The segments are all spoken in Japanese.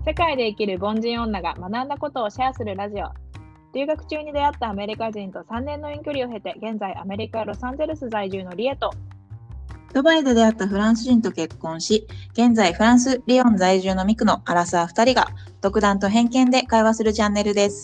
世界で生きる凡人女が学んだことをシェアするラジオ。留学中に出会ったアメリカ人と3年の遠距離を経て、現在アメリカ・ロサンゼルス在住のリエと、 ドバイで出会ったフランス人と結婚し、現在フランス・リヨン在住のミクのアラサー2人が独断と偏見で会話するチャンネルです。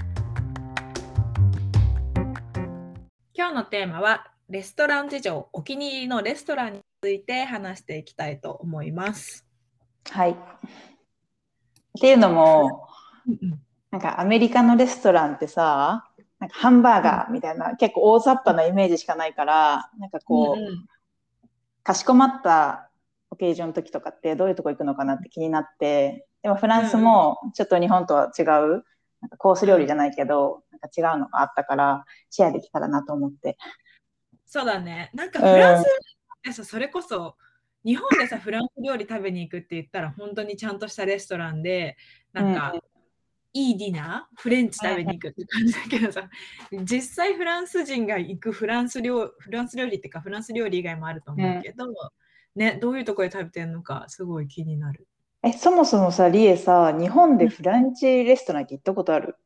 今日のテーマはレストラン事情、お気に入りのレストランについて話していきたいと思います。 はい。っていうのも、なんかアメリカのレストランってさ、なんかハンバーガーみたいな、結構大雑把なイメージしかないから、なんかこう、かしこまったオケージョンの時とかってどういうとこ行くのかなって気になって、でもフランスもちょっと日本とは違う、なんかコース料理じゃないけど、なんか違うのがあったから、シェアできたらなと思って。 そうだね。なんかフランスでさ、それこそ日本でさ、フランス料理食べに行くって言ったら本当にちゃんとしたレストランで、なんか、いいディナー、フレンチ食べに行くって感じだけどさ、実際フランス人が行くフランス料理っていうか、フランス料理以外もあると思うけど、ね、どういうところで食べてるのかすごい気になる。 そもそもさ、リエさ、日本でフランチレストランって行ったことある？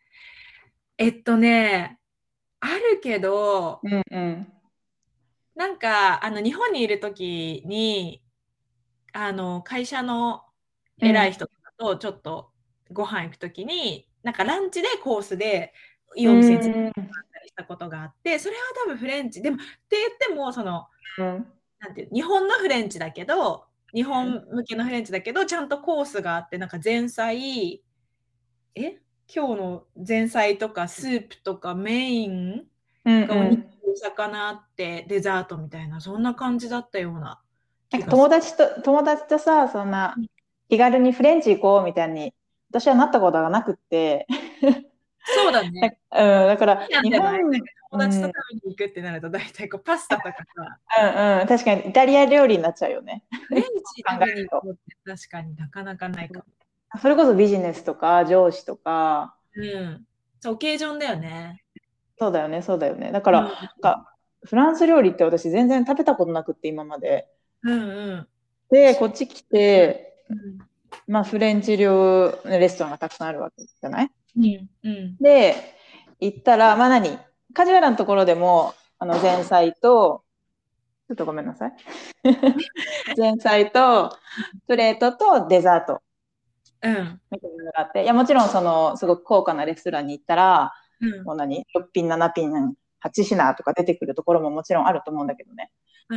あるけど、なんか日本にいる時に会社の偉い人とかとちょっとご飯行く時に、なんかランチでコースでいいお店に連れてもらったりしたことがあって、それは多分フレンチでもって言ってもなんていう日本のフレンチだけど、日本向けのフレンチだけどちゃんとコースがあって、なんか前菜今日の前菜とかスープとかメインがお肉、お魚あってデザートみたいな、そんな感じだったような気がする。 友達とさ、そんな気軽にフレンチ行こうみたいに私はなったことがなくってそうだね。 だから日本友達と食べに行くってなると大体パスタとかさ、確かにイタリア料理になっちゃうよね。 フレンチ食べに行こうって確かになかなかないかも。 それこそビジネスとか上司とか、 オケージョンだよね。 そうだよね、そうだよね。だから、フランス料理って私全然食べたことなくって今まで。で、こっち来て、フレンチ料レストランがたくさんあるわけじゃない？で、行ったら、カジュアルなところでも、前菜と、ちょっとごめんなさい。前菜と、プレートとデザート。みたいなのがあって、いや、もちろん、すごく高価なレストランに行ったら、もう6品、7品、8品とか出てくるところももちろんあると思うんだけどね。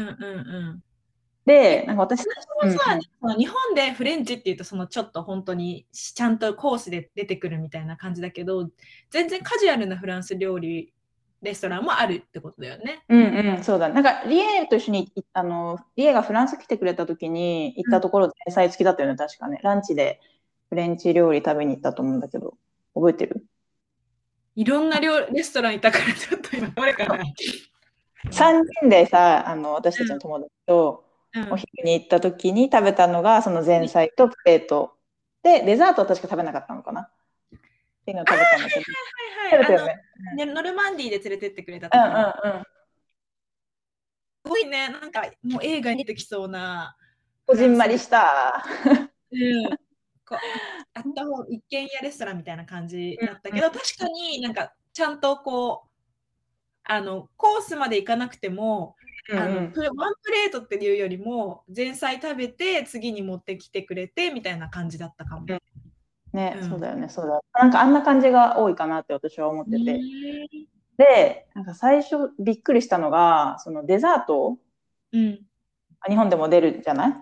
で、なんか私日本でフレンチっていうとちょっと本当にちゃんとコースで出てくるみたいな感じだけど、全然カジュアルなフランス料理レストランもあるってことだよね。 そうだ。なんかリエと一緒にリエがフランス来てくれた時に行ったところ前菜付きだったよね、確かね。ランチでフレンチ料理食べに行ったと思うんだけど、覚えてる？ いろんなレストランいたからちょっと今どれかな。 3人でさ、私たちの友達とお昼に行った時に食べたのがその前菜とプレートで、デザートは確か食べなかったのかなっていうのを食べたんだけど。食べたよね。 ノルマンディーで連れてってくれたところ。すごいね、なんかもう映画に出てきそうな。 こじんまりした。 一軒家レストランみたいな感じだったけど、確かになんかちゃんとコースまで行かなくても、ワンプレートっていうよりも前菜食べて次に持ってきてくれてみたいな感じだったかも。 ね、そうだよね、そうだ。なんかあんな感じが多いかなって私は思ってて。で、なんか最初びっくりしたのが、そのデザート、日本でも出るじゃない？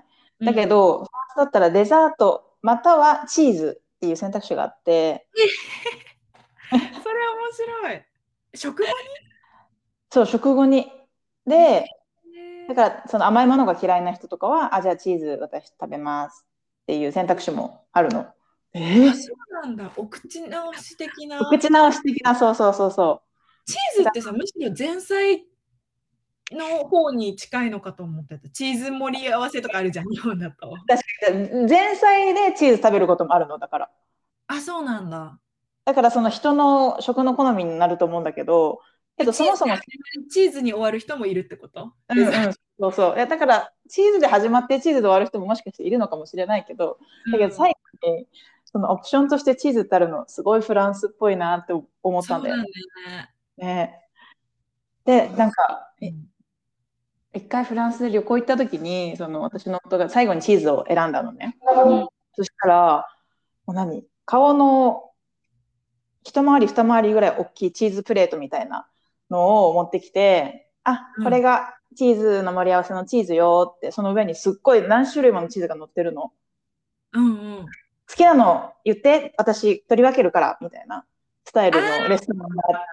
だけど、フランスだったらデザートまたはチーズっていう選択肢があって。 それ面白い。食後に？ そう、食後に。で、だからその甘いものが嫌いな人とかは、じゃあチーズ私食べますっていう選択肢もあるの。 そうなんだ。お口直し的な。 お口直し的な、そう。 チーズってさ、むしろ前菜の方に近いのかと思ってた。チーズ盛り合わせとかあるじゃん、日本だと。 確かに、前菜でチーズ食べることもあるのだから。 そうなんだ。 だからその人の食の好みになると思うんだけど、そもそもチーズに終わる人もいるってこと？ そうそう。いやだから、チーズで始まってチーズで終わる人ももしかしているのかもしれないけど、だけど最後に、そのオプションとしてチーズってあるの、すごいフランスっぽいなって思ったんだよね。ね。で、なんか、一回フランスで旅行行った時に、その私の夫が最後にチーズを選んだのね。そしたら、もう顔の一回り二回りぐらい大きいチーズプレートみたいなのを持ってきて、これがチーズの盛り合わせのチーズよって、その上にすっごい何種類ものチーズが乗ってるの。好きなの言って、私取り分けるから、みたいなスタイルのレストランがあって、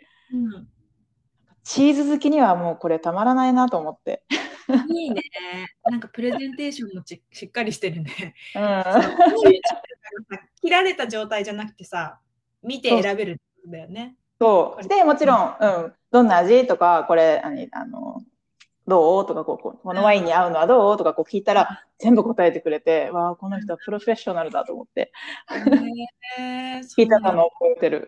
チーズ好きにはもうこれたまらないなと思って。 いいね。なんかプレゼンテーションもしっかりしてるね。切られた状態じゃなくてさ、見て選べるんだよね。 そう。で、もちろん、どんな味とか、これ、どうとかこのワインに合うのはどうとか聞いたら、全部答えてくれて、わあ、この人はプロフェッショナルだと思って。聞いたのを覚えてる。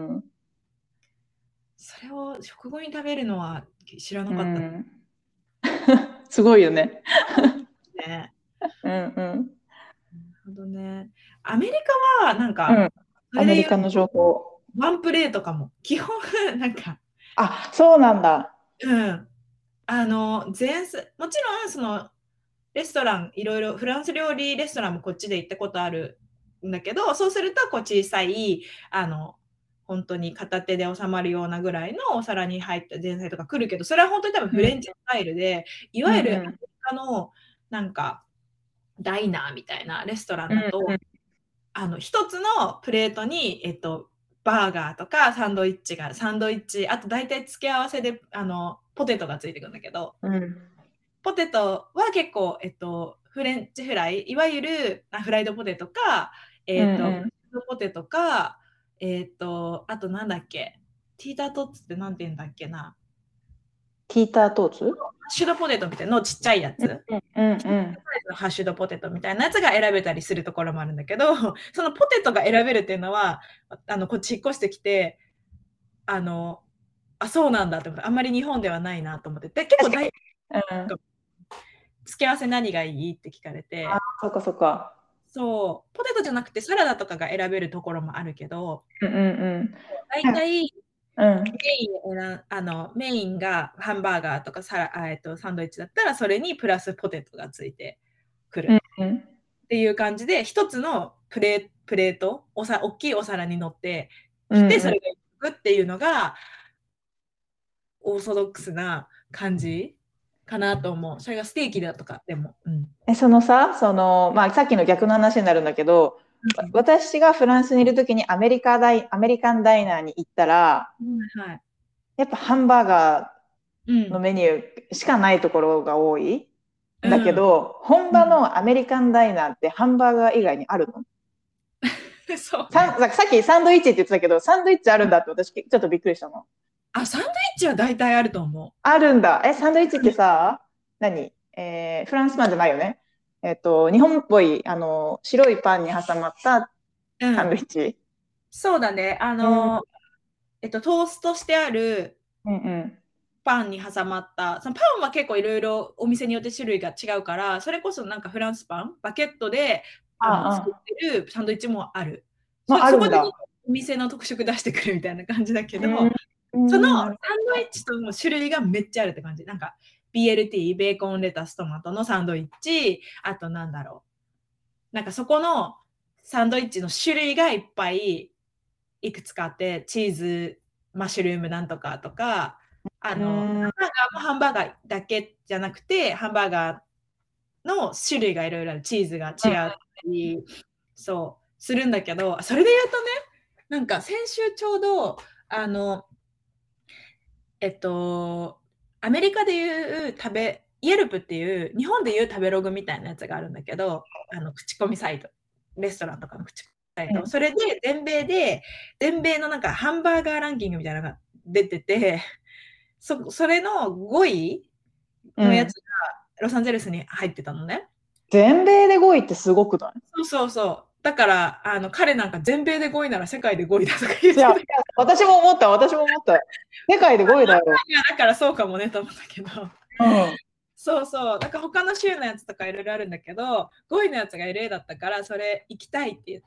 それを食後に食べるのは知らなかった。すごいよね。 ね。 なるほどね。アメリカはなんか、 アメリカの情報。 ワンプレートかも。基本、なんか。 そうなんだ。 もちろん、その、レストラン、いろいろ、フランス料理レストランもこっちで行ったことあるんだけど、そうすると、小さい、本当に片手で収まるようなぐらいのお皿に入った前菜とか来るけど、それは本当に多分フレンチスタイルで、いわゆるアメリカの、なんか、ダイナーみたいなレストランだと、一つのプレートに、バーガーとかサンドイッチ、あと大体付け合わせで、ポテトがついてくるんだけど、ポテトは結構、フレンチフライ、いわゆるフライドポテトか、ポテトか、あとなんだっけ、ティータートッツってなんて言うんだっけな。 ティータートーツ？ ハッシュドポテトみたいなのちっちゃいやつ。ハッシュドポテトみたいなやつが選べたりするところもあるんだけど、そのポテトが選べるっていうのは、こっち引っ越してきて、そうなんだって思って、あんまり日本ではないなと思って。で、結構付け合わせ何がいいって聞かれて。 そっかそっか。 そう、ポテトじゃなくてサラダとかが選べるところもあるけど、大体、メインがハンバーガーとかサンドイッチだったら、それにプラスポテトがついてくるっていう感じで、一つのプレート、大きいお皿に乗ってきて、それがいくっていうのが、オーソドックスな感じかなと思う。それがステーキだとかでも。 さっきの逆の話になるんだけど、私がフランスにいるときにアメリカンダイナーに行ったら、やっぱハンバーガーのメニューしかないところが多い。だけど、本場のアメリカンダイナーってハンバーガー以外にあるの？ そう、 さっきサンドイッチって言ってたけど、サンドイッチあるんだって私ちょっとびっくりしたの。 サンドイッチは大体あると思う。 あるんだ。サンドイッチってさ、フランスパンじゃないよね。日本っぽい、白いパンに挟まったサンドイッチ。 そうだね。トーストしてあるパンに挟まった、そのパンは結構いろいろお店によって種類が違うから、それこそなんかフランスパン、バケットで作ってるサンドイッチもある。そこでお店の特色出してくるみたいな感じだけど、そのサンドイッチとの種類がめっちゃあるって感じ。なんか BLT、ベーコン、レタス、トマトのサンドイッチ、あとなんだろう。なんかそこのサンドイッチの種類がいっぱいいくつかあって、チーズ、マッシュルームなんとかとか、ハンバーガーもハンバーガーだけじゃなくて、ハンバーガーの種類がいろいろある、チーズが違ったり、そう、するんだけど、それで言うとね、なんか先週ちょうど、アメリカでいうイエルプっていう日本でいう食べログみたいなやつがあるんだけど、口コミサイト、レストランとかの口コミサイト、それで全米のなんかハンバーガーランキングみたいなのが出てて、それの5位のやつがロサンゼルスに入ってたのね。 全米で5位ってすごくない？ そう。だから、彼なんか全米で5位なら世界で5位だとか言ってた。 私も思った。世界で5位だよ。 だからそうかもねと思ったけど。 そうそう。なんか他の州のやつとかいろいろあるんだけど、5位のやつが LA だったから、それ行きたいって言って、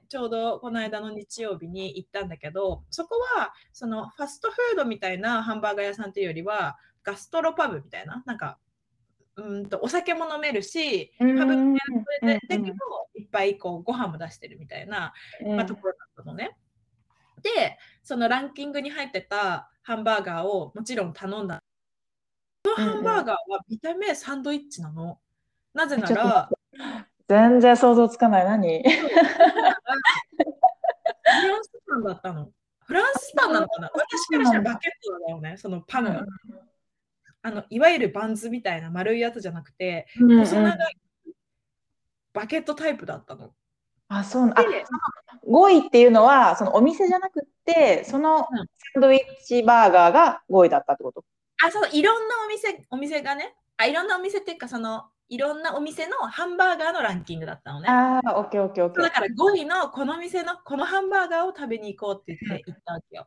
ちょうどこの間の日曜日に行ったんだけど、そこは、そのファストフードみたいなハンバーガー屋さんというよりは、ガストロパブみたいな、なんか、お酒も飲めるし、パブもやってだけど、いっぱいこうご飯も出してるみたいな、ところだったのね。で、そのランキングに入ってたハンバーガーをもちろん頼んだ。このハンバーガーは見た目サンドイッチなの。なぜなら、 全然想像つかない。何？ フランスパンだったの。フランスパンなのかな？私からしたらバケットだよね、そのパンが。いわゆるバンズみたいな丸いやつじゃなくて、細長いバケットタイプだったの。 あ、そうな。5位っていうのは、そのお店じゃなくて、そのサンドイッチバーガーが5位だったってこと？ そう、いろんなお店がね、いろんなお店っていうか、いろんなお店のハンバーガーのランキングだったのね。 オッケーオッケーオッケー。 だから5位のこの店のこのハンバーガーを食べに行こうって言って行ったわけよ。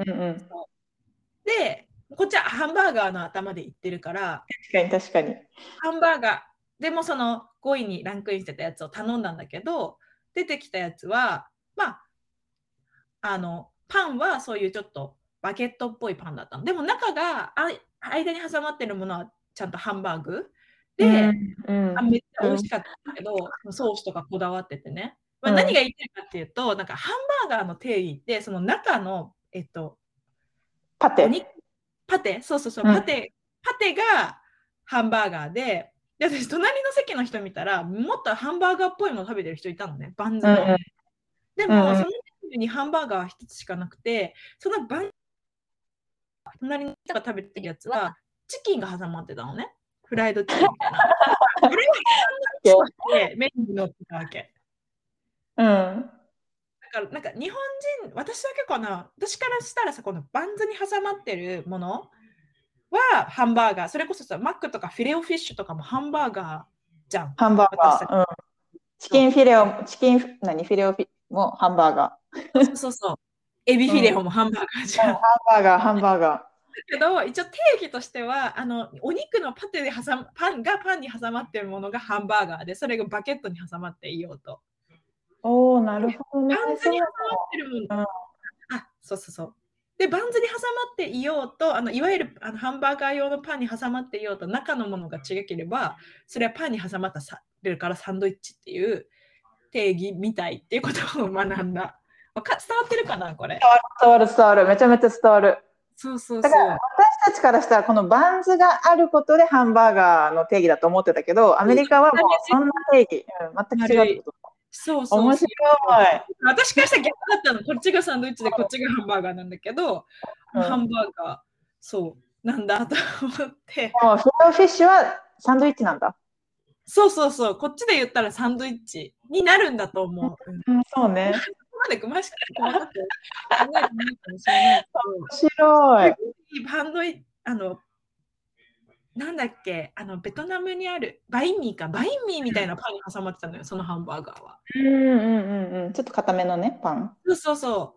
で、こっちはハンバーガーの頭で言ってるから、 確かに。 ハンバーガー、でもその5位にランクインしてたやつを頼んだんだけど、出てきたやつは、パンはそういうちょっとバケットっぽいパンだったの。でも中が、間に挟まってるものはちゃんとハンバーグで、めっちゃ美味しかったんだけど、ソースとかこだわっててね。何が言ってるかっていうと、なんかハンバーガーの定義って、その中の、 パテ。 パテ、そうそうそう、パテがハンバーガーで、私、隣の席の人見たら、もっとハンバーガーっぽいもの食べてる人いたのね、バンズの。でも、その時にハンバーガーは一つしかなくて、そのバンズ、隣の人が食べてるやつは、チキンが挟まってたのね。フライドチキンみたいな。これがメニューに載ってたわけ。だからなんか日本人、私だけかな、私からしたらさ、このバンズに挟まってるものはハンバーガー、それこそさ、マックとかフィレオフィッシュとかもハンバーガーじゃん。 ハンバーガー。チキンフィレオもハンバーガー。そうそう。エビフィレオもハンバーガーじゃん。 ハンバーガー。だけど、一応定義としては、お肉のパテでパンに挟まってるものがハンバーガーで、それがバケットに挟まっていようと。 なるほどね。 バンズに挟まってるもの。そうそうそう。で、バンズに挟まっていようと、いわゆるハンバーガー用のパンに挟まっていようと、中のものが違ければ、それはパンに挟まったるからサンドイッチっていう定義みたいっていうことを学んだ。伝わってるかな、これ。 伝わる。めちゃめちゃ伝わる。 そうそうそう。 だから私たちからしたら、このバンズがあることでハンバーガーの定義だと思ってたけど、アメリカはもうそんな定義、全く違うってこと。 そうそう。 面白い。 私からしたら逆だったの。こっちがサンドイッチで、こっちがハンバーガーなんだけど、ハンバーガー、そうなんだと思って。 フィレオフィッシュはサンドイッチなんだ。 そうそうそう。こっちで言ったらサンドイッチになるんだと思う。 そうね。 そこまで細かく考えてないかもしれないけど。 面白い。 ハンドイなんだっけ、ベトナムにあるバインミーみたいなパンに挟まってたのよ、そのハンバーガーは。 ちょっと固めのね、パン。 そうそう。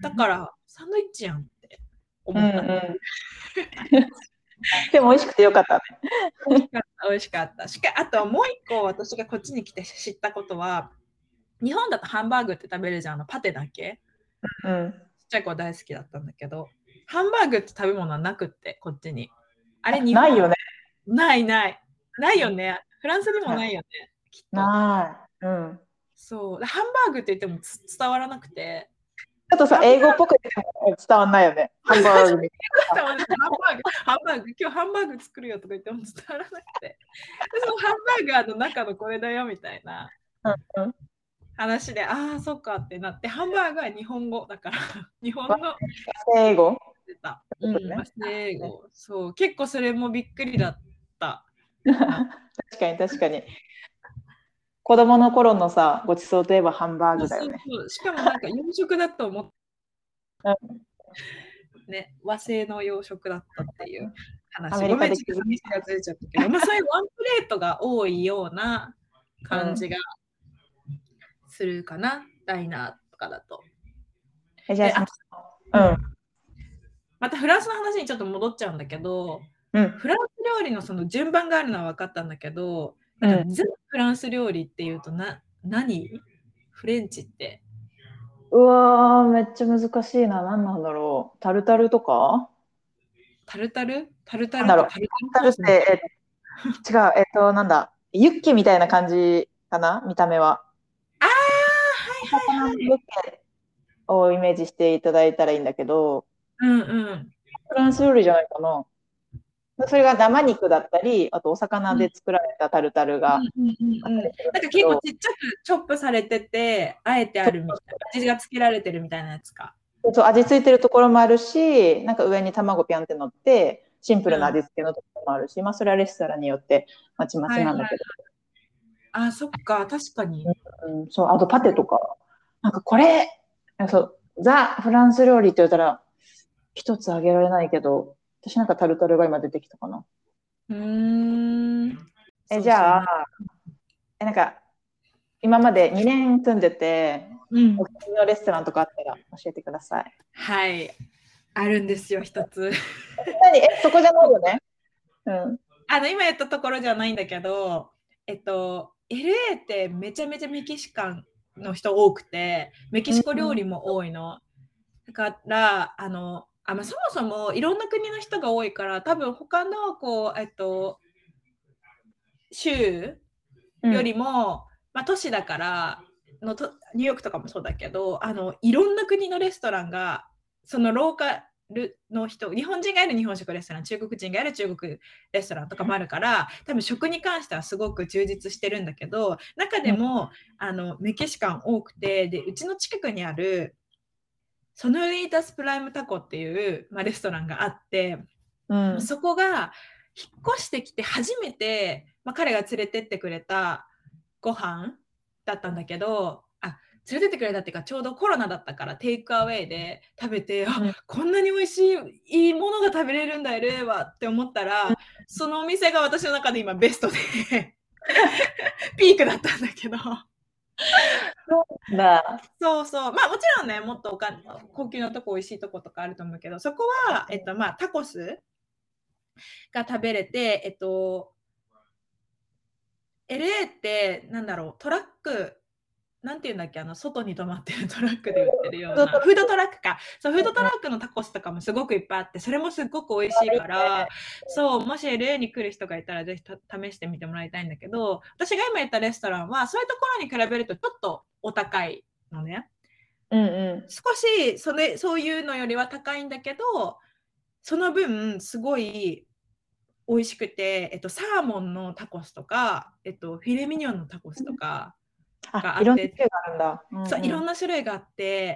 だから、サンドイッチやんって思った。 でも美味しくてよかったね。 美味しかった。あともう一個私がこっちに来て知ったことは、日本だとハンバーグって食べるじゃん、パテだけ。ちっちゃい子大好きだったんだけど、ハンバーグって食べ物はなくって、こっちに。あれ、日本ないよね。 ないよね。フランスにもないよね。きっと。 ない。 そう。ハンバーグって言っても伝わらなくて。 ちょっとさ、英語っぽく伝わんないよね。ハンバーグ。 今日ハンバーグ作るよとか言っても伝わらなくて。でそのハンバーガーの中のこれだよみたいな話で、そっかってなって、ハンバーガーは日本語だから、日本の英語英語。そう、結構それもびっくりだった。 確かに。子供の頃のさ、ごちそうといえばハンバーグだよね。 そうしかもなんか洋食だと思って、ね、和製の洋食だったっていう話。 アメリカで気づいたけど、そういうワンプレートが多いような感じがするかな、ダイナーとかだと。 じゃあ、 またフランスの話にちょっと戻っちゃうんだけど、 フランス料理のその順番があるのは分かったんだけど、なんかザ・フランス料理っていうと何フレンチって。 うわー、めっちゃ難しいな。何なんだろう。タルタルとかタルタルタルタなんだろう。 ルってタルタルタルっソースみたいて、違う、なんだ。ユッケみたいな感じかな見た目は。 な。ああ、 おはいはいはい。 魚のユッケをイメージしていただいたらいいんだけど、 うんうん。 フランス料理じゃないかな。それが生肉だったり、あとお魚うんで作られたタルタルがうんうんうんうん。 あったりするんなんか結構だけど、 ちっちゃくチョップされてて、あえてあるみたいな、味がつけられてるみたいなやつか。 そう味付いてるところもあるし、なんか上に卵ピャンって乗って、シンプルなうん。 味付けのところもあるし、まあそれはレストランによってまちまはいはい。 ちなんだけど、 あ、そっか、確かに。 うん、そう、あとパテとか、なんかこれ、そう、ザ・フランス料理って言ったら、一つあげられないけど、私なんかタルタルが今出てきたかな。 うーん。そうそう。 じゃあ、なんか、今まで2年住んでて、 うん。 おすすめのレストランとかあったら教えてください。 はい。あるんですよ、一つ。 そこじゃないよね。うん。 今言ったところじゃないんだけど、LA ってめちゃめちゃメキシカンの人多くて、メキシコ料理も多いの。だから、まあ、そもそもいろんな国の人が多いから、多分他の州よりも、まあ、都市だからニューヨークとかもそうだけど、いろんな国のレストランが、そのローカルの人、日本人がいる日本食レストラン、中国人がいる中国レストランとかもあるから、多分食に関してはすごく充実してるんだけど、中でもメキシカン多くて、でうちの近くにあるソノリータスプライムタコっていう、まあ、レストランがあって、そこが引っ越してきて初めて、まあ、彼が連れてってくれたご飯だったんだけど、連れてってくれたっていうか、ちょうどコロナだったからテイクアウェイで食べて、こんなに美味しいいいものが食べれるんだ LA はって思ったら、そのお店が私の中で今ベストでピークだったんだけど。 そうだ。 そうそう。まあもちろんね、もっと高級なとこ、美味しいとことかあると思うけど、そこは、まあタコスが食べれて、LA ってなんだろう、トラック、なんていうんだっけ、外に止まってるトラックで売ってるような、フードトラックか。そう、フードトラックのタコスとかもすごくいっぱいあって、それもすっごく美味しいから、そう、もし LA に来る人がいたら、ぜひ試してみてもらいたいんだけど、私が今言ったレストランは、そういうところに比べるとちょっとお高いのね。少しそういうのよりは高いんだけど、その分すごい美味しくて、サーモンのタコスとか、フィレミニョンのタコスとかがあいろんな種って、 類があるんだ。 そういろんな種類があって、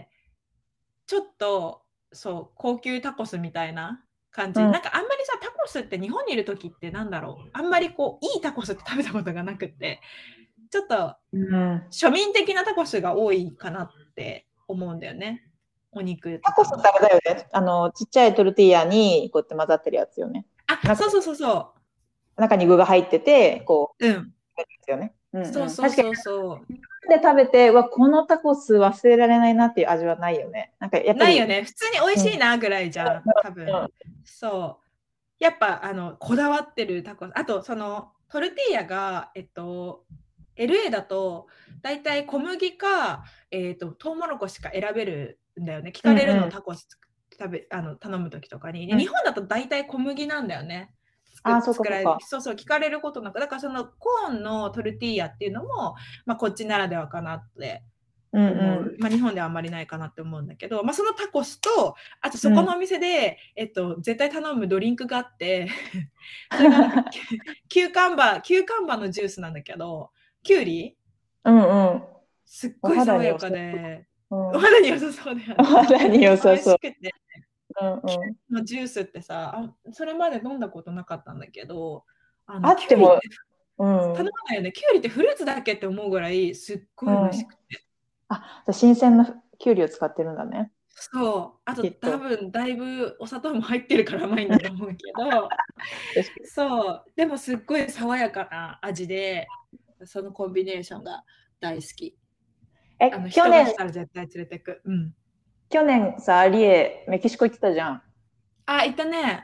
ちょっとそう高級タコスみたいな感じ、なんかあんまりさ、タコスって日本にいる時ってなんだろう、あんまりこういいタコスって食べたことがなくて、ちょっと庶民的なタコスが多いかなって思うんだよね。お肉とかも。 タコスってあれだよね。ちっちゃいトルティーヤにこうやって混ざってるやつよね。 そうそうそうそう。中に具が入ってて、こう。うん。 ですよね。 そうそうそうそう。 で食べて、このタコス忘れられないなっていう味はないよね。なんかやっぱり。 ないよね。普通に美味しいなぐらいじゃん、多分。そう。やっぱこだわってるタコス。あと、そのトルティーヤが、LA だと大体小麦か、トウモロコシか選べるんだよね。聞かれるの、タコス頼む時とかに。日本だと大体小麦なんだよね。そうそう、聞かれることなく、だからそのコーンのトルティーヤっていうのも、まあ、こっちならではかなって思う。まあ、日本ではあんまりないかなって思うんだけど、まあ、そのタコスと、あとそこのお店で、絶対頼むドリンクがあってそれがなんかキューカンバーのジュースなんだけど、キュウリすっごい爽やかで、お肌に良さそうだよね。お肌に良さそう。 美味しくて、のジュースってさ、それまで飲んだことなかったんだけど、 あっても頼まないよね。キュウリってフルーツだけって思うぐらいすっごい美味しくて。 新鮮なキュウリを使ってるんだね。 そう。あと多分だいぶお砂糖も入ってるから甘いんだと思うけど、そう。でもすっごい爽やかな味で、そのコンビネーションが大好き。人が来たら絶対連れてく。 去年さ、リエメキシコ行ってたじゃん。 行ったね。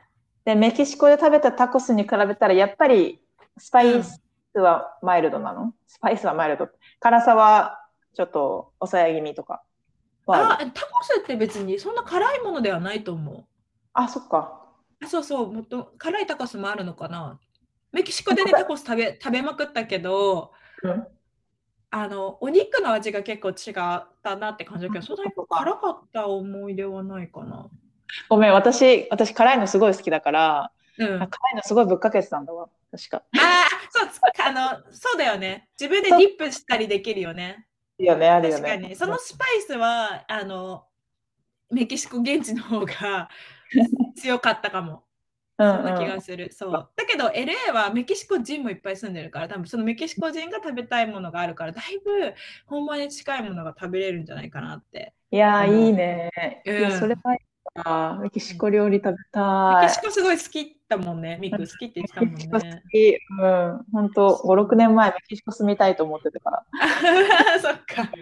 で、メキシコで食べたタコスに比べたら、やっぱりスパイスはマイルドなの？スパイスはマイルド。辛さはちょっと抑え気味とかはある？ タコスって別にそんな辛いものではないと思う。 あ、そっか。 そうそう、もっと辛いタコスもあるのかな。メキシコでね、タコス食べまくったけど、 うん、 お肉の味が結構違ったなって感じだけど、そんなに辛かった思い出はないかな。 ごめん、私辛いのすごい好きだから、 うん。 辛いのすごいぶっかけてたんだわ、確か。 そう、そうだよね。自分でディップしたりできるよね。 いいよね、あるよね。 確かに。そのスパイスは、メキシコ現地の方が強かったかも。そんな気がする。そう。だけど LA はメキシコ人もいっぱい住んでるから、多分そのメキシコ人が食べたいものがあるから、だいぶ本場に近いものが食べれるんじゃないかなっていやー、いい思う。 ね。いや、それうん。 はいいな。メキシコ料理食べメキたい。 シコすごい好きだもんね。ミク好きって言ってたもメキシコ好んね。 き。うん。本当5、6年前メキシコ住みたいと思ってたから。 そっか。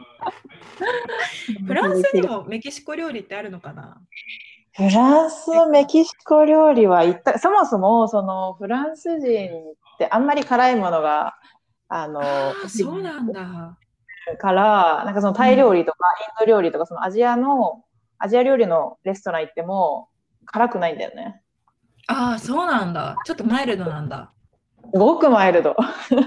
フランスにもメキシコ料理ってあるのかな？ フランス、メキシコ料理はそもそもそのフランス人ってあんまり辛いものがそうなんだ。 から、なんかそのタイ料理とかインド料理とかそのアジア料理のレストラン行っても辛くないんだよね。 そうなんだ。ちょっとマイルドなんだ。 すごくマイルド。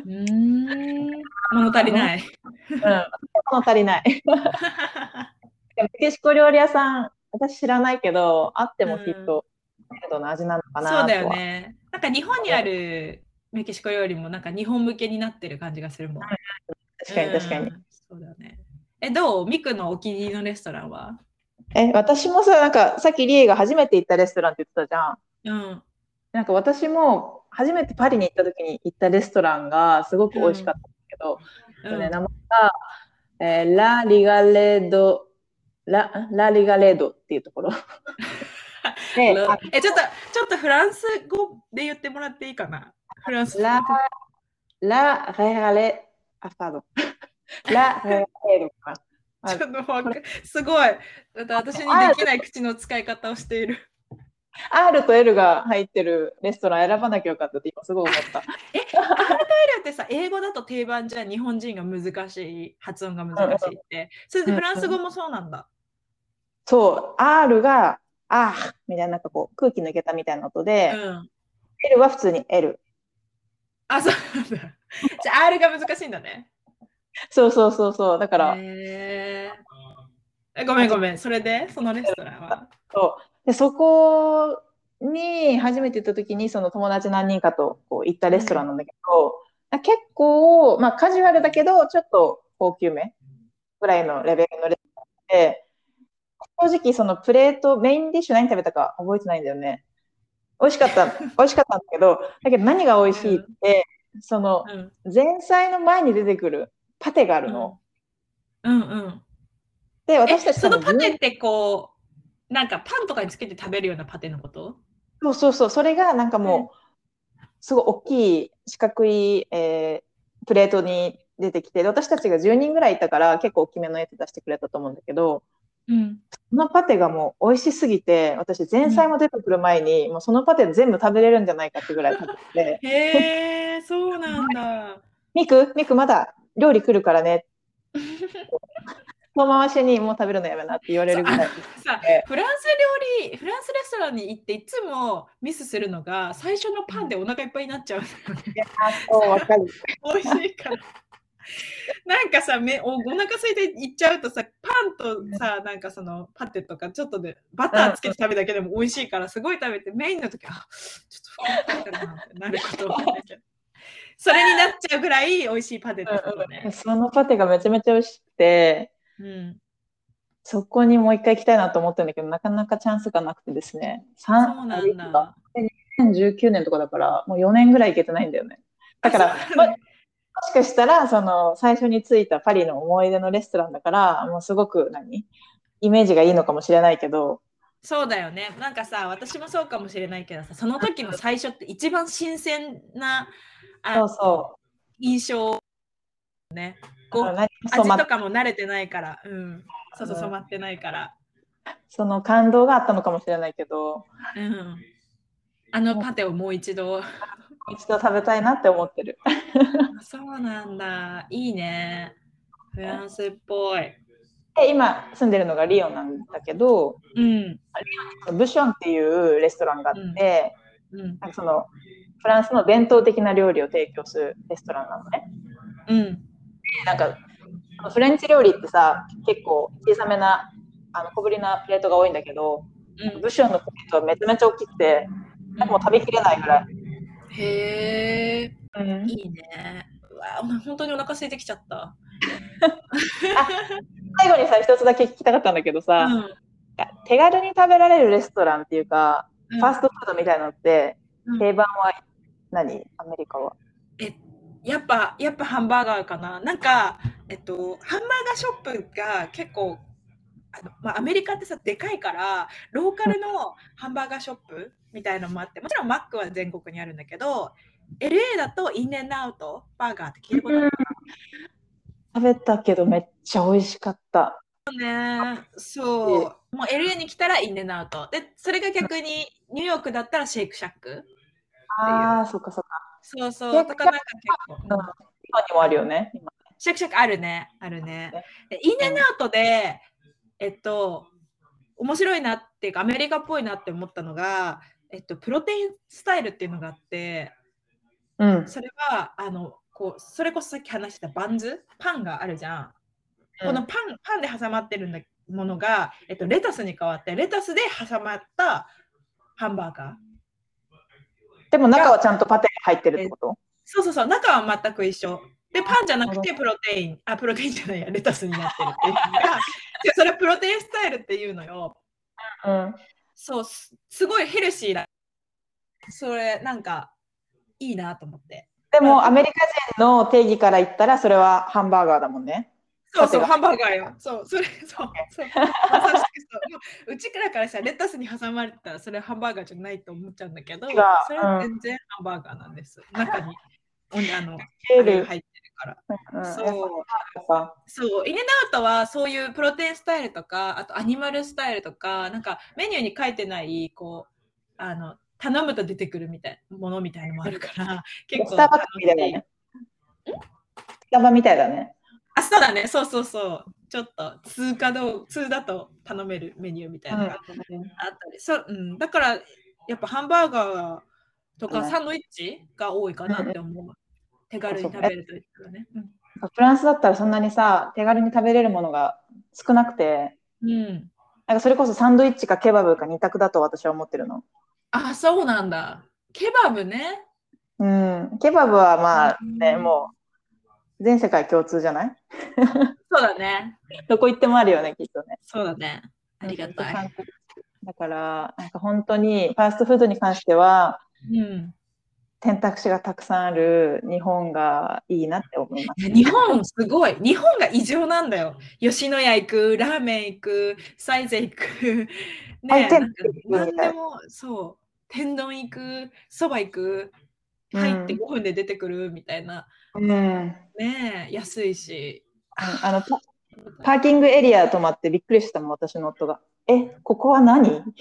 物足りない。 うん、物足りない。メキシコ料理屋さん、私知らないけど、あってもきっと、マイルドな味なのかそうだよなとは。 ね。なんか日本にあるメキシコ料理もなんか日本向けになってる感じがするもん。 確かに確かに。 そうだね。どうミクのお気に入りのレストランは？ 私もさ、なんかさっきリエが初めて行ったレストランって言ってたじゃん。 うん。 なんか私も初めてパリに行った時に行ったレストランがすごく美味しかったんだけど、名前が、ラ・リガレド、ラ・リガレドっていうところ。で、 ちょっとフランス語で言ってもらっていいかな？フランス語ラ・レガレ、パードン。ラ・レガレドか。 ちょっとすごい。私にできない口の使い方をしている。 R と L が入ってるレストラン選ばなきゃよかったって今すごい思った。 R と L ってさ、英語だと定番じゃ日本人が難しい、発音が難しいって。それでフランス語もそうなんだ。 そう、R が、みたいな、なんかこう、空気抜けたみたいな音で、L は普通に L。 そうなんだ。じゃあ R が難しいんだね。 そうそうそうそう。だから。 ごめん。それで、そのレストランは？ そこに初めて行った時に、その友達何人かとこう行ったレストランなんだけど、結構、まあカジュアルだけど、ちょっと高級めぐらいのレベルのレストランで、正直そのプレート、メインディッシュ何食べたか覚えてないんだよね。美味しかったんだけど、何が美味しいって、その前菜の前に出てくるパテがあるの。 で、私たちそのパテってこう、なんかパンとかにつけて食べるようなパテのこと？ そう。それがなんかもう、すごい大きい四角い、プレートに出てきて、私たちが10人ぐらいいたから結構大きめのやつ出してくれたと思うんだけど、そのパテがもう美味しすぎて、私前菜も出てくる前に、もうそのパテ全部食べれるんじゃないかってぐらい食べて。 へー、そうなんだ。 ミクまだ料理来るからね。遠回しにもう食べるのやめなって言われるぐらい。 フランスレストランに行っていつもミスするのが最初のパンでお腹いっぱいになっちゃうんだよね。 わかる。 美味しいから。なんかさ、お腹空いていっちゃうとさ、パンとさ、なんかそのパテとかちょっとでバターつけて食べるだけでも美味しいからすごい食べて、メインの時ちょっと膨らんでるなってなること多いんだけど。それになっちゃうぐらい美味しいパテってことね。 そのパテがめちゃめちゃ美味しくて、そこにもう一回行きたいなと思ってるんだけど、なかなかチャンスがなくてですね。 そうなんだ。 2019年とかだから、もう4年ぐらい行けてないんだよね。だから、もしかしたら、その、最初に着いたパリの思い出のレストランだから、もうすごくイメージがいいのかもしれないけど。 そうだよね。なんかさ、私もそうかもしれないけどさ、その時の最初って一番新鮮な、印象ね。味とかも慣れてないから、そう染まってないから。 その感動があったのかもしれないけど、 パテをもう一度食べたいなって思ってる。 そうなんだ。いいね。フランスっぽい。 今住んでるのがリヨンなんだけど、リヨンにブションっていうレストランがあって、なんかそのフランスの伝統的な料理を提供するレストランなのね。なんかフレンチ料理ってさ、結構小さめな小ぶりなプレートが多いんだけど、ブションのプレートはめちゃめちゃ大きくて、もう食べきれないぐらい。 へえ、いいね。うわ、本当にお腹空いてきちゃった。 最後にさ、一つだけ聞きたかったんだけどさ、手軽に食べられるレストランっていうか、ファーストフードみたいなのって、定番は何？アメリカは。 やっぱハンバーガーかな。なんか、ハンバーガーショップが結構、アメリカってさ、でかいから、ローカルのハンバーガーショップみたいなのもあって、もちろんマックは全国にあるんだけど、LA だとインエンアウトバーガーって聞いたことあるかな？ 食べたけどめっちゃ美味しかった。 ね、そう。もう LA に来たらインエンアウト。で、それが逆にニューヨークだったらシェイクシャック。 ああ、そっかそっか。 そうそう。とかなんか結構。 今にもあるよね。 シャクシャクあるね。あるね。インエンアウトで、面白いなっていうか、アメリカっぽいなって思ったのが、プロテインスタイルっていうのがあって、それは、それこそさっき話してたバンズ、パンがあるじゃん。このパンで挟まってるものが、レタスに変わって、レタスで挟まったハンバーガー。 でも中はちゃんとパテが入ってるってこと？ そうそうそう、中は全く一緒。で、パンじゃなくてプロテインじゃないや、レタスになってるっていうのが、それはプロテインスタイルっていうのよ。そう、すごいヘルシーだ。それ、なんか、いいなと思って。 でも、アメリカ人の定義から言ったら、それはハンバーガーだもんね。 そうそう、ハンバーガーよ。そう、それ、そう。うちからしたらレタスに挟まれたら、それはハンバーガーじゃないと思っちゃうんだけど、それは全然ハンバーガーなんです。中に、あれが入ってるから。そう、インエンアウトはそういうプロテインスタイルとか、あとアニマルスタイルとか、なんかメニューに書いてない、頼むと出てくるものみたいなのもあるから、結構。 スタバみたいだね。スタバみたいだね。 そうだね、そうそうそう。ちょっと通だと頼めるメニューみたいなのがあったり、だからやっぱハンバーガーとかサンドイッチが多いかなって思う。手軽に食べると言ったらね。 フランスだったらそんなにさ、手軽に食べれるものが少なくて、なんかそれこそサンドイッチかケバブか2択だと私は思ってるの。 あ、そうなんだ。ケバブね。 ケバブはまあね、もう全世界共通じゃない？ そうだね。 どこ行ってもあるよね、きっとね。 そうだね。ありがたい。 だから、なんか本当にファーストフードに関しては、選択肢がたくさんある日本がいいなって思います。 日本すごい。日本が異常なんだよ。吉野家行く、ラーメン行く、サイゼ行く。ね、なんか何でも、そう。天丼行く、そば行く、入って5分で出てくるみたいな。ねえ、安いし。 パーキングエリア止まってびっくりしたもん、私の夫が。ここは何？大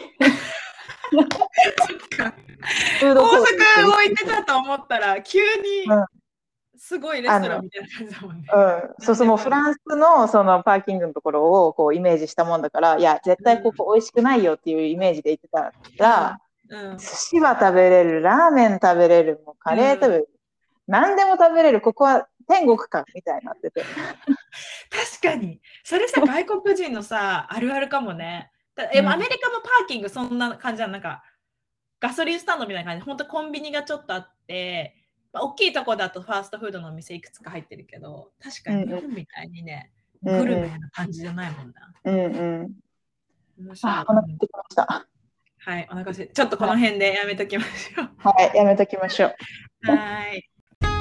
阪置いてたと思ったら、急にすごいレストランみたいな感じだもんね。 そう、もうフランスのそのパーキングのところをこうイメージしたもんだから、いや、絶対ここ美味しくないよっていうイメージで言ってたら、寿司は食べれる、ラーメン食べれる、もうカレー食べれる、何でも食べれる、ここは天国かみたいになってて。 確かに。それさ、外国人のさ、あるあるかもね。アメリカもパーキングそんな感じじゃん。なんか、ガソリンスタンドみたいな感じで、本当コンビニがちょっとあって、大きいとこだとファーストフードのお店いくつか入ってるけど、確かに日本みたいにね、グルメな感じじゃないもんな。 面白い。お腹ってきました。 はい、お腹すいて、ちょっとこの辺でやめときましょう。 はい、やめときましょう。 はい。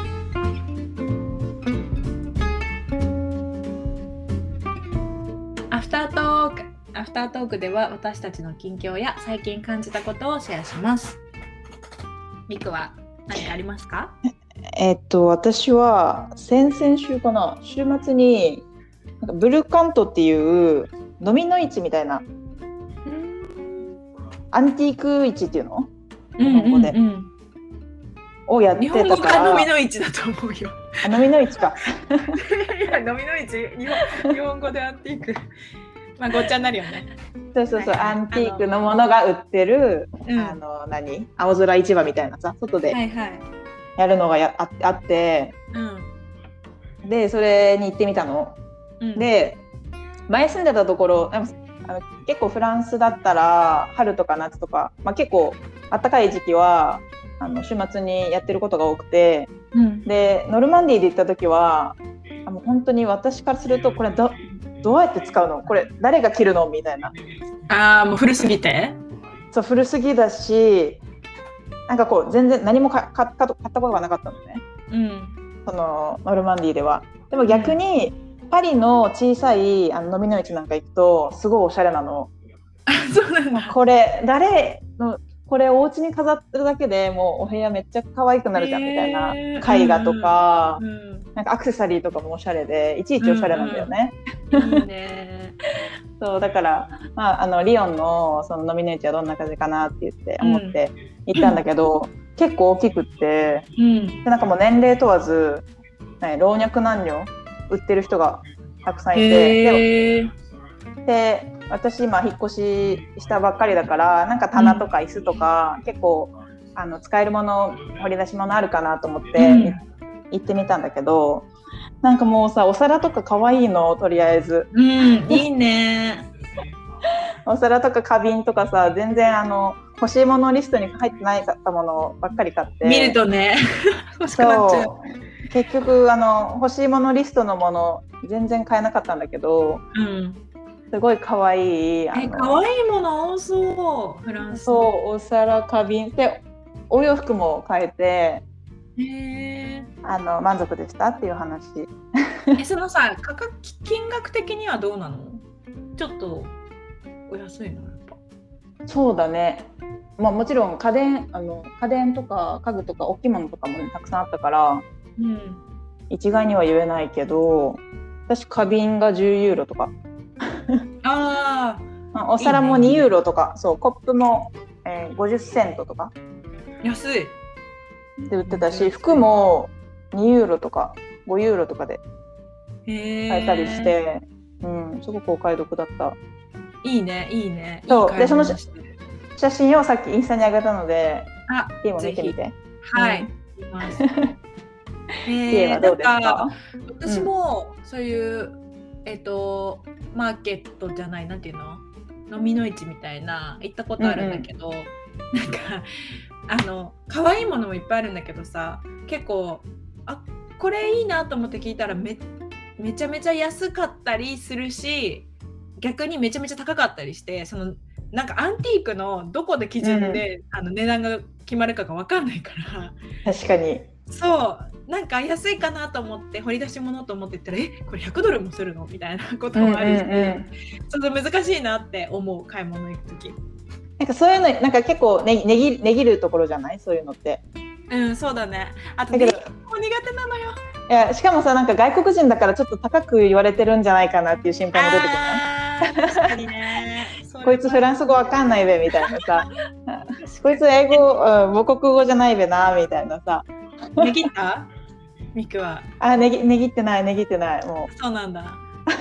アフタートークでは私たちの近況や最近感じたことをシェアします。ミクは何かありますか？ 私は先々週かな、週末になんかブルカントっていう飲みの市みたいな、アンティーク市っていうの日本語で、をやってたから。日本語が飲みの市だと思うよ。 飲みの市か。 いや、飲みの市、日本語でアンティーク。まあごっちゃになるよね。 そうそうそう、アンティークのものが売ってる、青空市場みたいなさ、外でやるのがあって、でそれに行ってみたの。で前住んでたところ、結構フランスだったら春とか夏とか、結構暖かい時期は週末にやってることが多くて、でノルマンディーで行った時はもう本当に私からするとこれどうやって使うの、これ誰が着るのみたいな。 もう古すぎて。 そう、古すぎだし、なんかこう全然何も買ったことがなかったのね、そのノルマンディーでは。でも逆に、パリの小さい飲みの市なんか行くとすごいおしゃれなの。 そうなんだ。 これお家に飾ってるだけでもうお部屋めっちゃ可愛くなるじゃんみたいな。絵画とか、なんかアクセサリーとかもおしゃれで、いちいちおしゃれなんだよね。 いいね。 そうだから、リヨンのその飲みの市はどんな感じかなって思って行ったんだけど、結構大きくって、でなんかもう年齢問わず、老若男女売ってる人がたくさんいて、で私今引っ越ししたばっかりだから、なんか棚とか椅子とか、結構使えるもの、掘り出し物あるかなと思って、行ってみたんだけど、なんかもうさ、お皿とか可愛いの、とりあえず。 いいね。 お皿とか花瓶とかさ、全然欲しいものリストに入ってないかったものばっかり買って。 見るとね、欲しくなっちゃう。 結局欲しいものリストのもの全然買えなかったんだけど、すごい可愛い可愛いもの多そう、フランス。 そう、お皿、花瓶でお洋服も買えて、満足でしたっていう話。 そのさ、金額的にはどうなの？ちょっとお安いの？やっぱそうだね。もちろん家電とか家具とか大きいものとかも、たくさんあったから、一概には言えないけど、私花瓶が10ユーロとかお皿も2ユーロとか、そう、コップも、50セントとか安いで売ってたし、服も2ユーロとか5ユーロとかで買えたりして、すごくお買い得だった。 いいね、いいね。 そうで、その写真をさっきインスタに上げたので、ティーも見てみて。 はい、見ます。 はどうですか？ 私もそういうマーケットじゃない、なんていうの、飲みの市みたいな行ったことあるんだけど、なんか可愛いものもいっぱいあるんだけどさ、結構これいいなと思って聞いたらめちゃめちゃ安かったりするし、逆にめちゃめちゃ高かったりして、そのなんかアンティークのどこで基準で、値段が決まるかが分かんないから。 確かに。 そうなんか安いかなと思って掘り出し物と思って言ったら、これ100ドルもするのみたいなこともあるし、ちょっと難しいなって思う、買い物行くとき。 なんかそういうのなんか結構ねぎるところじゃない、そういうのって。 そうだね。あとね、苦手なのよ。 いや、しかもさ、なんか外国人だからちょっと高く言われてるんじゃないかなっていう心配も出てくる。 確かにね。 こいつフランス語わかんないべみたいなさこいつ英語、母国語じゃないべなみたいなさ。 ねぎったミクは。 ねぎってないもう。 そうなんだ。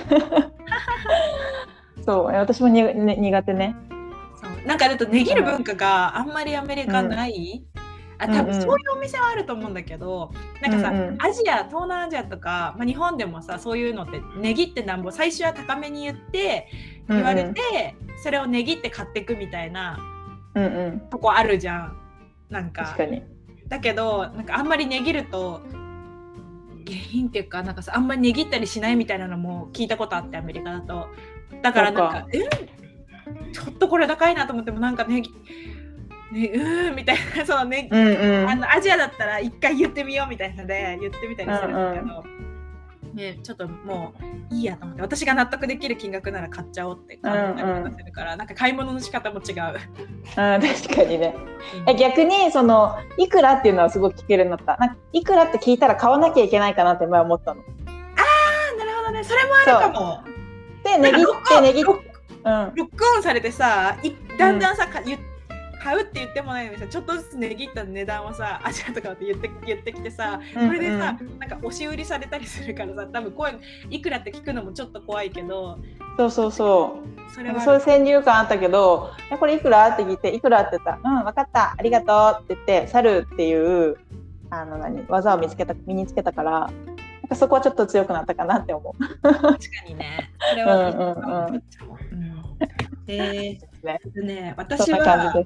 そう、私も苦手ね。 そうなんかだとねぎる文化があんまりアメリカない、多分そういうお店はあると思うんだけど、なんかさ、東南アジアとか、日本でもさ、そういうのってねぎってなんぼ最初は高めに言われて、それをねぎって買っていくみたいなとこあるじゃん。なんか確かに。 だけどなんかあんまりねぎると下品っていうか、なんかさ、あんまりねぎったりしないみたいなのも聞いたことあって、アメリカだと。だからなんかちょっとこれ高いなと思っても、なんかねみたいな、そのね、アジアだったら一回言ってみようみたいなので言ってみたりするんだけど、ちょっともういいやと思って、私が納得できる金額なら買っちゃおうって感じがするから、なんか買い物の仕方も違う。 確かにね。逆にそのいくらっていうのはすごく聞けるようになった。なんかいくらって聞いたら買わなきゃいけないかなって前思ったの。 なるほどね、それもあるかも。 で、ねぎってロックオンされてさ、だんだんさ、 買うって言ってもないのにさ、ちょっとずつ値切った値段をさ、あ、じゃあとかって言ってきてさ、これでさ、なんか押し売りされたりするからさ、多分いくらって聞くのもちょっと怖いけど。 そういう先入観あったけど、これいくらって聞いて、いくらって言ったら、分かった、ありがとうって言って、去るっていう技を身につけたから、なんかそこはちょっと強くなったかなって思う。 確かにね。それは私は、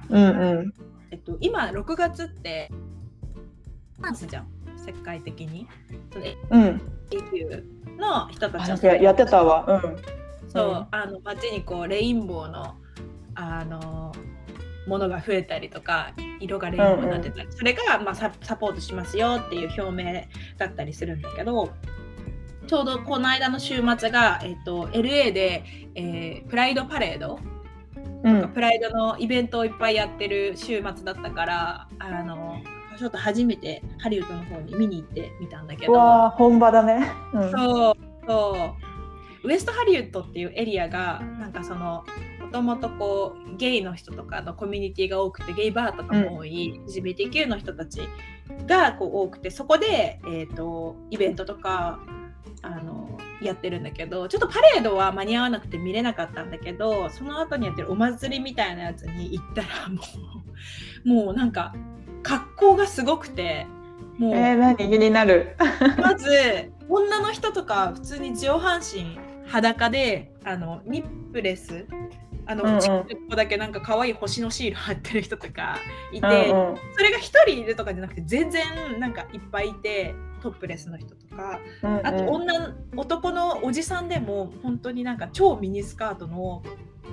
今6月ってチャンスじゃん、世界的に。AQ の人たちやってたわ。 そう、街にこうレインボーのものが増えたりとか、色がレインボーになってたり、それが、まあ、サポートしますよっていう表明だったりするんだけど、ちょうどこの間の週末が、LA で、プライドパレード、プライドのイベントをいっぱいやってる週末だったから、ちょっと初めてハリウッドの方に見に行ってみたんだけど、 本場だね。 ウエストハリウッドっていうエリアがなんかもともとこうゲイの人とかのコミュニティが多くて、ゲイバーとかも多い、LGBTQ の人たちがこう多くて、そこで、イベントとかやってるんだけど、ちょっとパレードは間に合わなくて見れなかったんだけど、その後にやってるお祭りみたいなやつに行ったらもうなんか格好がすごくて、もう何気になる。 まず女の人とか普通に上半身裸でニップレスちょっとだけなんか可愛い星のシール貼ってる人とかいて、それが一人いるとかじゃなくて全然なんかいっぱいいて、トップレスの人とか、あと男のおじさんでも本当になんか超ミニスカートの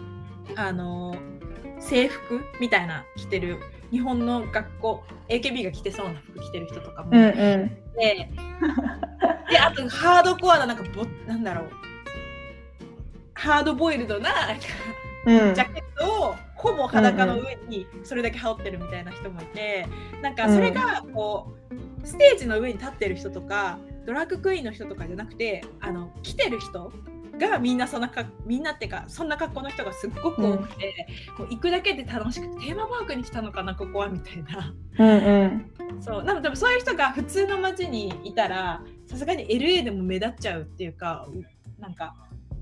制服みたいな着てる、日本の学校 AKB が着てそうな服着てる人とかもいて、であとハードコアななんだろう、ハードボイルドなジャケットをほぼ裸の上にそれだけ羽織ってるみたいな人もいて、なんかそれがこうステージの上に立ってる人とかドラッグクイーンの人とかじゃなくて、来てる人がみんなみんなっていうかそんな格好の人がすっごく多くて、もう行くだけで楽しくて、テーマパークに来たのかなここはみたいな。そうなのでもそういう人が普通の街にいたらさすがに LA でも目立っちゃうっていうか、なんか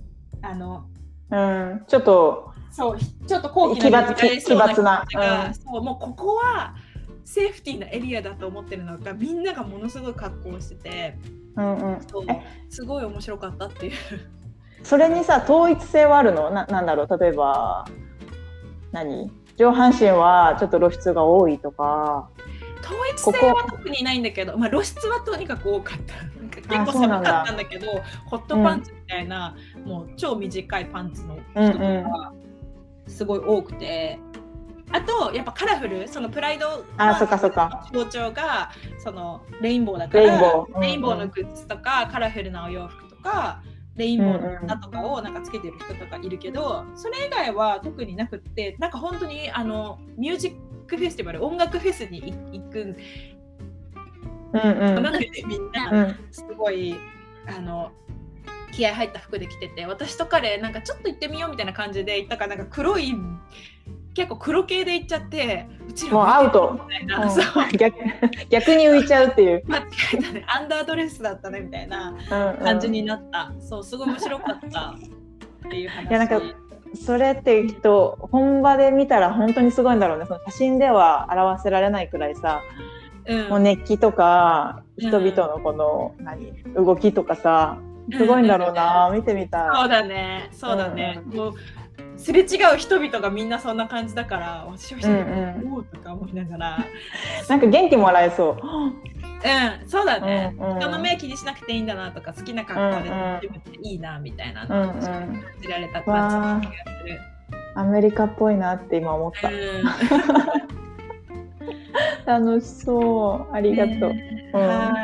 ちょっと高貴な奇抜な、 そうもうここはセーフティーなエリアだと思ってるのが、みんながものすごい格好をしてて、すごい面白かったっていう。 それにさ、統一性はあるの？なんだろう、例えば上半身はちょっと露出が多いとか。 統一性は特にないんだけど、まあ、露出はとにかく多かった。結構寒かったんだけど、ホットパンツみたいな、もう超短いパンツの人とかすごい多くて、あとやっぱカラフル、そのプライドの象徴がそのレインボーだから、レインボーのグッズとかカラフルなお洋服とかレインボーの花とかをなんかつけてる人とかいるけど、それ以外は特になくって、なんか本当にミュージックフェスティバル、音楽フェスに行くなのでみんなすごい気合入った服で着てて、私と彼なんかちょっと行ってみようみたいな感じで行ったから、なんか結構黒系で行っちゃって、うちらもうアウトみたいな、逆に浮いちゃうっていう、 間違えたね、アンダードレスだったねみたいな感じになった。そう、すごい面白かったっていう話。 いやなんかそれってきっと本場で見たら本当にすごいんだろうね。その写真では表せられないくらいさ、もう熱気とか人々のこの、動きとかさ、すごいんだろうな、見てみたい。 そうだね、もうすれ違う人々がみんなそんな感じだから、私はおおとか思いながらなんか元気もらえそう。 そうだね、人の目気にしなくていいんだなとか、好きな格好で楽しむっていいなみたいなのを感じられた感じがする。 アメリカっぽいなって今思った。楽しそう。ありがとう。はい。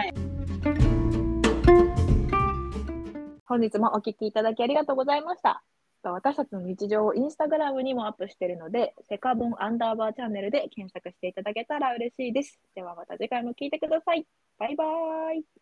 本日もお聞きいただきありがとうございました。私たちの日常をインスタグラムにもアップしているので、セカボン_チャンネルで検索していただけたら嬉しいです。ではまた次回も聞いてください。バイバーイ。